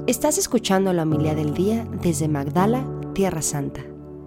Estás escuchando la homilía del día desde Magdala, Tierra Santa.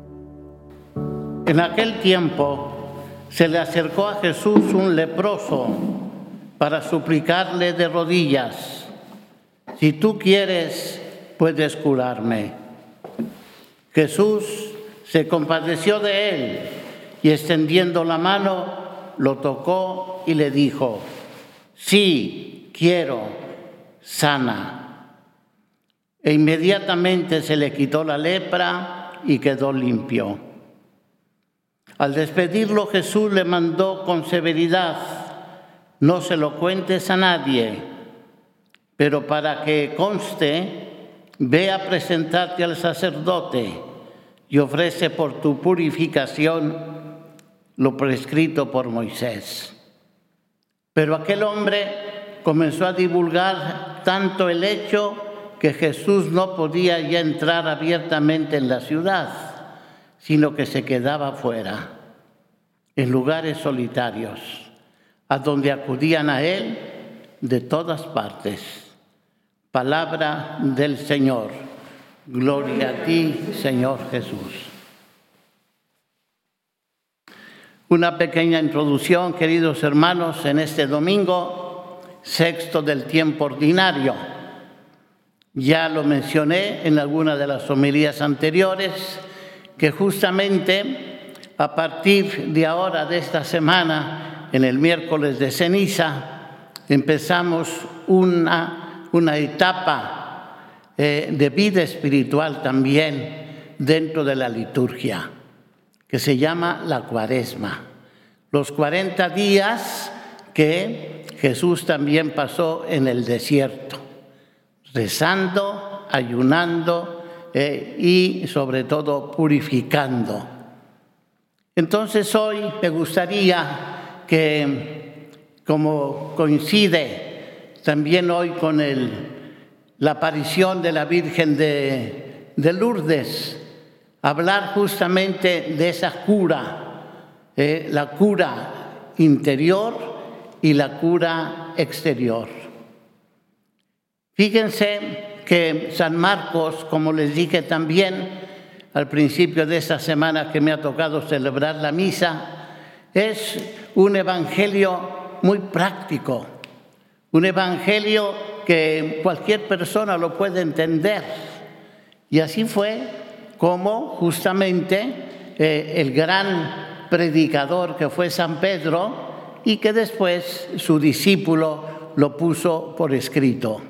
En aquel tiempo se le acercó a Jesús un leproso para suplicarle de rodillas: si tú quieres, puedes curarme. Jesús se compadeció de él y extendiendo la mano, lo tocó y le dijo: sí, quiero, sana. E inmediatamente se le quitó la lepra y quedó limpio. Al despedirlo, Jesús le mandó con severidad: no se lo cuentes a nadie, pero para que conste, ve a presentarte al sacerdote y ofrece por tu purificación lo prescrito por Moisés. Pero aquel hombre comenzó a divulgar tanto el hecho que Jesús no podía ya entrar abiertamente en la ciudad, sino que se quedaba fuera, en lugares solitarios, a donde acudían a él de todas partes. Palabra del Señor. Gloria a ti, Señor Jesús. Una pequeña introducción, queridos hermanos, en este domingo sexto del tiempo ordinario. Ya lo mencioné en alguna de las homilías anteriores, que justamente a partir de ahora, de esta semana, en el miércoles de ceniza, empezamos una etapa de vida espiritual también dentro de la liturgia, que se llama la Cuaresma. Los 40 días que Jesús también pasó en el desierto, rezando, ayunando y sobre todo purificando. Entonces hoy me gustaría que, como coincide también hoy con la aparición de la Virgen de Lourdes, hablar justamente de esa cura, la cura interior y la cura exterior. Fíjense que San Marcos, como les dije también al principio de esta semana que me ha tocado celebrar la misa, es un evangelio muy práctico, un evangelio que cualquier persona lo puede entender. Y así fue como justamente el gran predicador que fue San Pedro y que después su discípulo lo puso por escrito.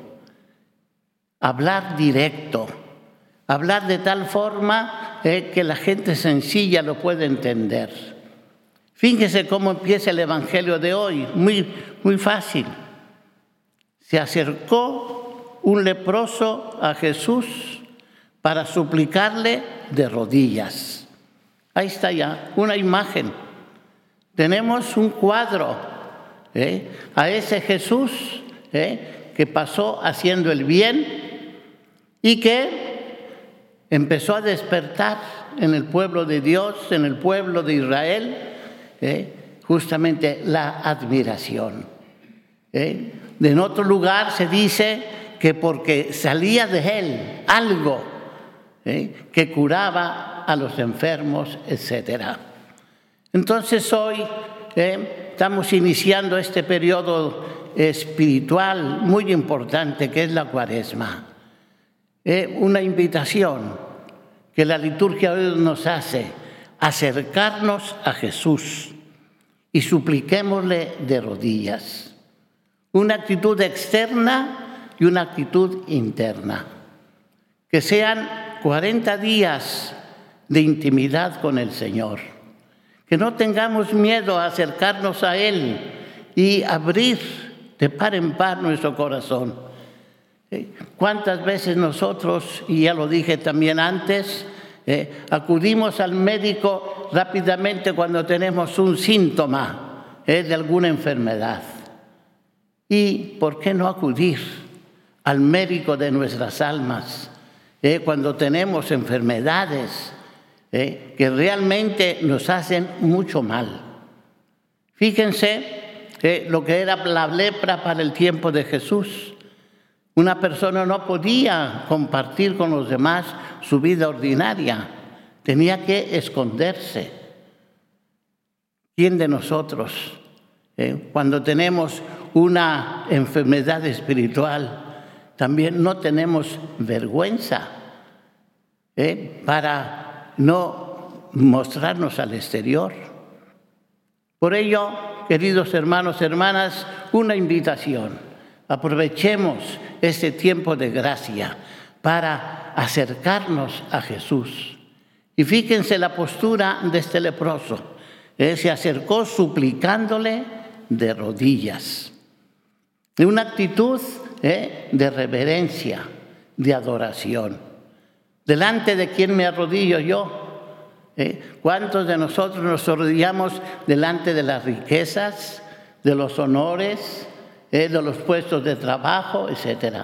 Hablar directo, hablar de tal forma que la gente sencilla lo puede entender. Fíjense cómo empieza el evangelio de hoy, muy fácil. Se acercó un leproso a Jesús para suplicarle de rodillas. Ahí está ya, una imagen. Tenemos un cuadro a ese Jesús que pasó haciendo el bien y que empezó a despertar en el pueblo de Dios, en el pueblo de Israel, justamente la admiración. En otro lugar se dice que porque salía de él algo que curaba a los enfermos, etc. Entonces hoy estamos iniciando este periodo espiritual muy importante que es la Cuaresma. Una invitación que la liturgia hoy nos hace: acercarnos a Jesús y supliquémosle de rodillas. Una actitud externa y una actitud interna. Que sean 40 días de intimidad con el Señor. Que no tengamos miedo a acercarnos a Él y abrir de par en par nuestro corazón. ¿Cuántas veces nosotros, y ya lo dije también antes, acudimos al médico rápidamente cuando tenemos un síntoma de alguna enfermedad? ¿Y por qué no acudir al médico de nuestras almas cuando tenemos enfermedades que realmente nos hacen mucho mal? Fíjense lo que era la lepra para el tiempo de Jesús. Una persona no podía compartir con los demás su vida ordinaria, tenía que esconderse. ¿Quién de nosotros, cuando tenemos una enfermedad espiritual, también no tenemos vergüenza para no mostrarnos al exterior? Por ello, queridos hermanos, hermanas, una invitación. Aprovechemos este tiempo de gracia para acercarnos a Jesús. Y fíjense la postura de este leproso. Se acercó suplicándole de rodillas. De una actitud de reverencia, de adoración. ¿Delante de quién me arrodillo yo? ¿Cuántos de nosotros nos arrodillamos delante de las riquezas, de los honores, de los puestos de trabajo, etcétera?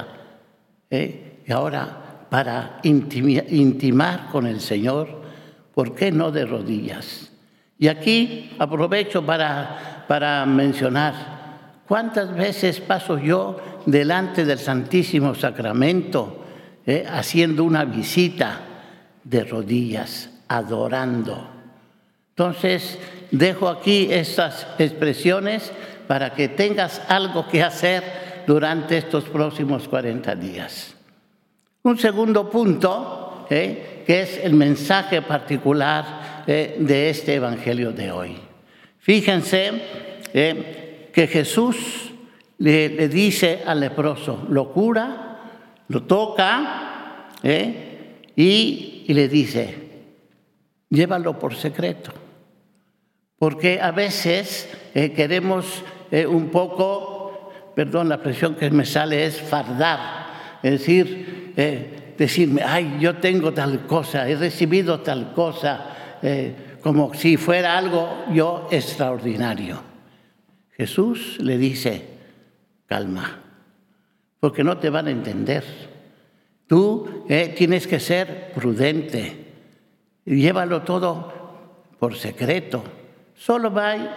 Y ahora, para intimar con el Señor, ¿por qué no de rodillas? Y aquí aprovecho para mencionar, ¿cuántas veces paso yo delante del Santísimo Sacramento haciendo una visita de rodillas, adorando? Entonces, dejo aquí estas expresiones para que tengas algo que hacer durante estos próximos 40 días. Un segundo punto, que es el mensaje particular de este Evangelio de hoy. Fíjense que Jesús le dice al leproso, lo cura, lo toca y le dice, llévalo por secreto. Porque a veces queremos un poco, perdón, la expresión que me sale es fardar, es decir, decirme, ay, yo tengo tal cosa, he recibido tal cosa, como si fuera algo yo extraordinario. Jesús le dice, calma, porque no te van a entender. Tú tienes que ser prudente, llévalo todo por secreto. Solo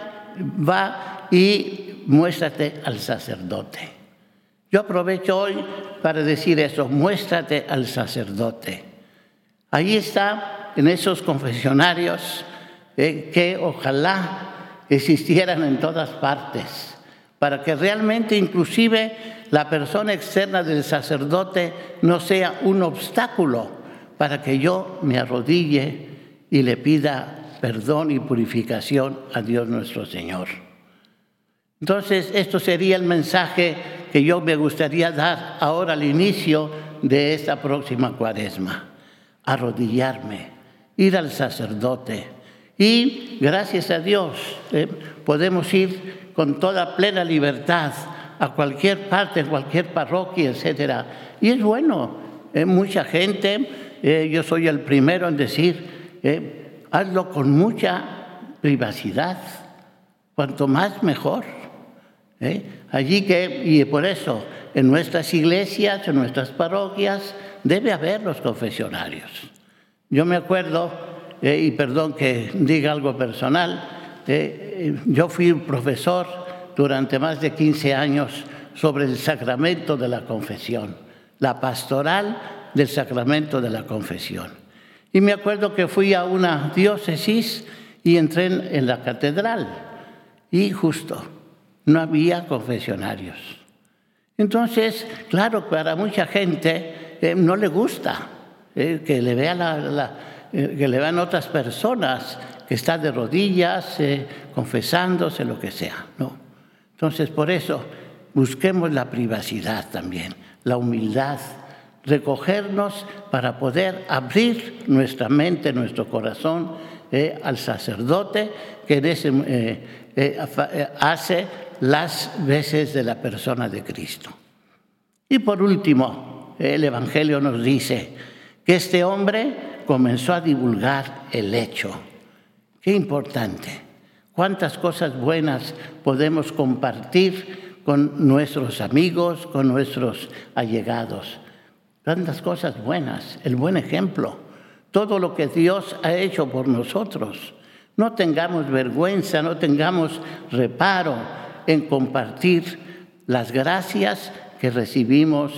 va y muéstrate al sacerdote. Yo aprovecho hoy para decir eso, muéstrate al sacerdote. Ahí está, en esos confesionarios que ojalá existieran en todas partes, para que realmente inclusive la persona externa del sacerdote no sea un obstáculo para que yo me arrodille y le pida perdón y purificación a Dios nuestro Señor. Entonces, esto sería el mensaje que yo me gustaría dar ahora al inicio de esta próxima Cuaresma. Arrodillarme, ir al sacerdote. Y gracias a Dios podemos ir con toda plena libertad a cualquier parte, en cualquier parroquia, etcétera. Y es bueno, mucha gente, yo soy el primero en decir, hazlo con mucha privacidad, cuanto más mejor. Y por eso en nuestras iglesias, en nuestras parroquias, debe haber los confesionarios. Yo me acuerdo, y perdón que diga algo personal, yo fui profesor durante más de 15 años sobre el sacramento de la confesión, la pastoral del sacramento de la confesión. Y me acuerdo que fui a una diócesis y entré en la catedral y justo no había confesionarios. Entonces, claro, para mucha gente no le gusta que le vean otras personas que están de rodillas, confesándose, lo que sea, ¿no? Entonces, por eso, busquemos la privacidad también, la humildad, recogernos para poder abrir nuestra mente, nuestro corazón al sacerdote que hace las veces de la persona de Cristo. Y por último, el Evangelio nos dice que este hombre comenzó a divulgar el hecho. Qué importante. Cuántas cosas buenas podemos compartir con nuestros amigos, con nuestros allegados. Tantas cosas buenas, el buen ejemplo, todo lo que Dios ha hecho por nosotros. No tengamos vergüenza, no tengamos reparo en compartir las gracias que recibimos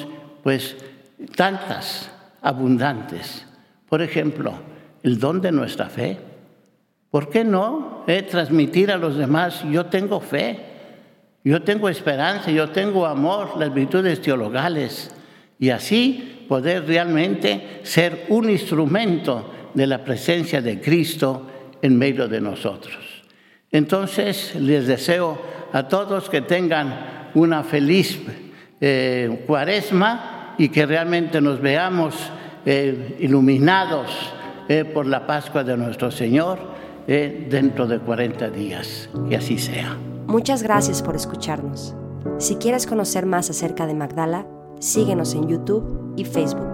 pues tantas, abundantes. Por ejemplo, el don de nuestra fe. ¿Por qué no transmitir a los demás, yo tengo fe, yo tengo esperanza, yo tengo amor, las virtudes teologales, y así poder realmente ser un instrumento de la presencia de Cristo en medio de nosotros? Entonces, les deseo a todos que tengan una feliz Cuaresma y que realmente nos veamos iluminados por la Pascua de nuestro Señor dentro de 40 días. Que así sea. Muchas gracias por escucharnos. Si quieres conocer más acerca de Magdala, síguenos en YouTube y Facebook.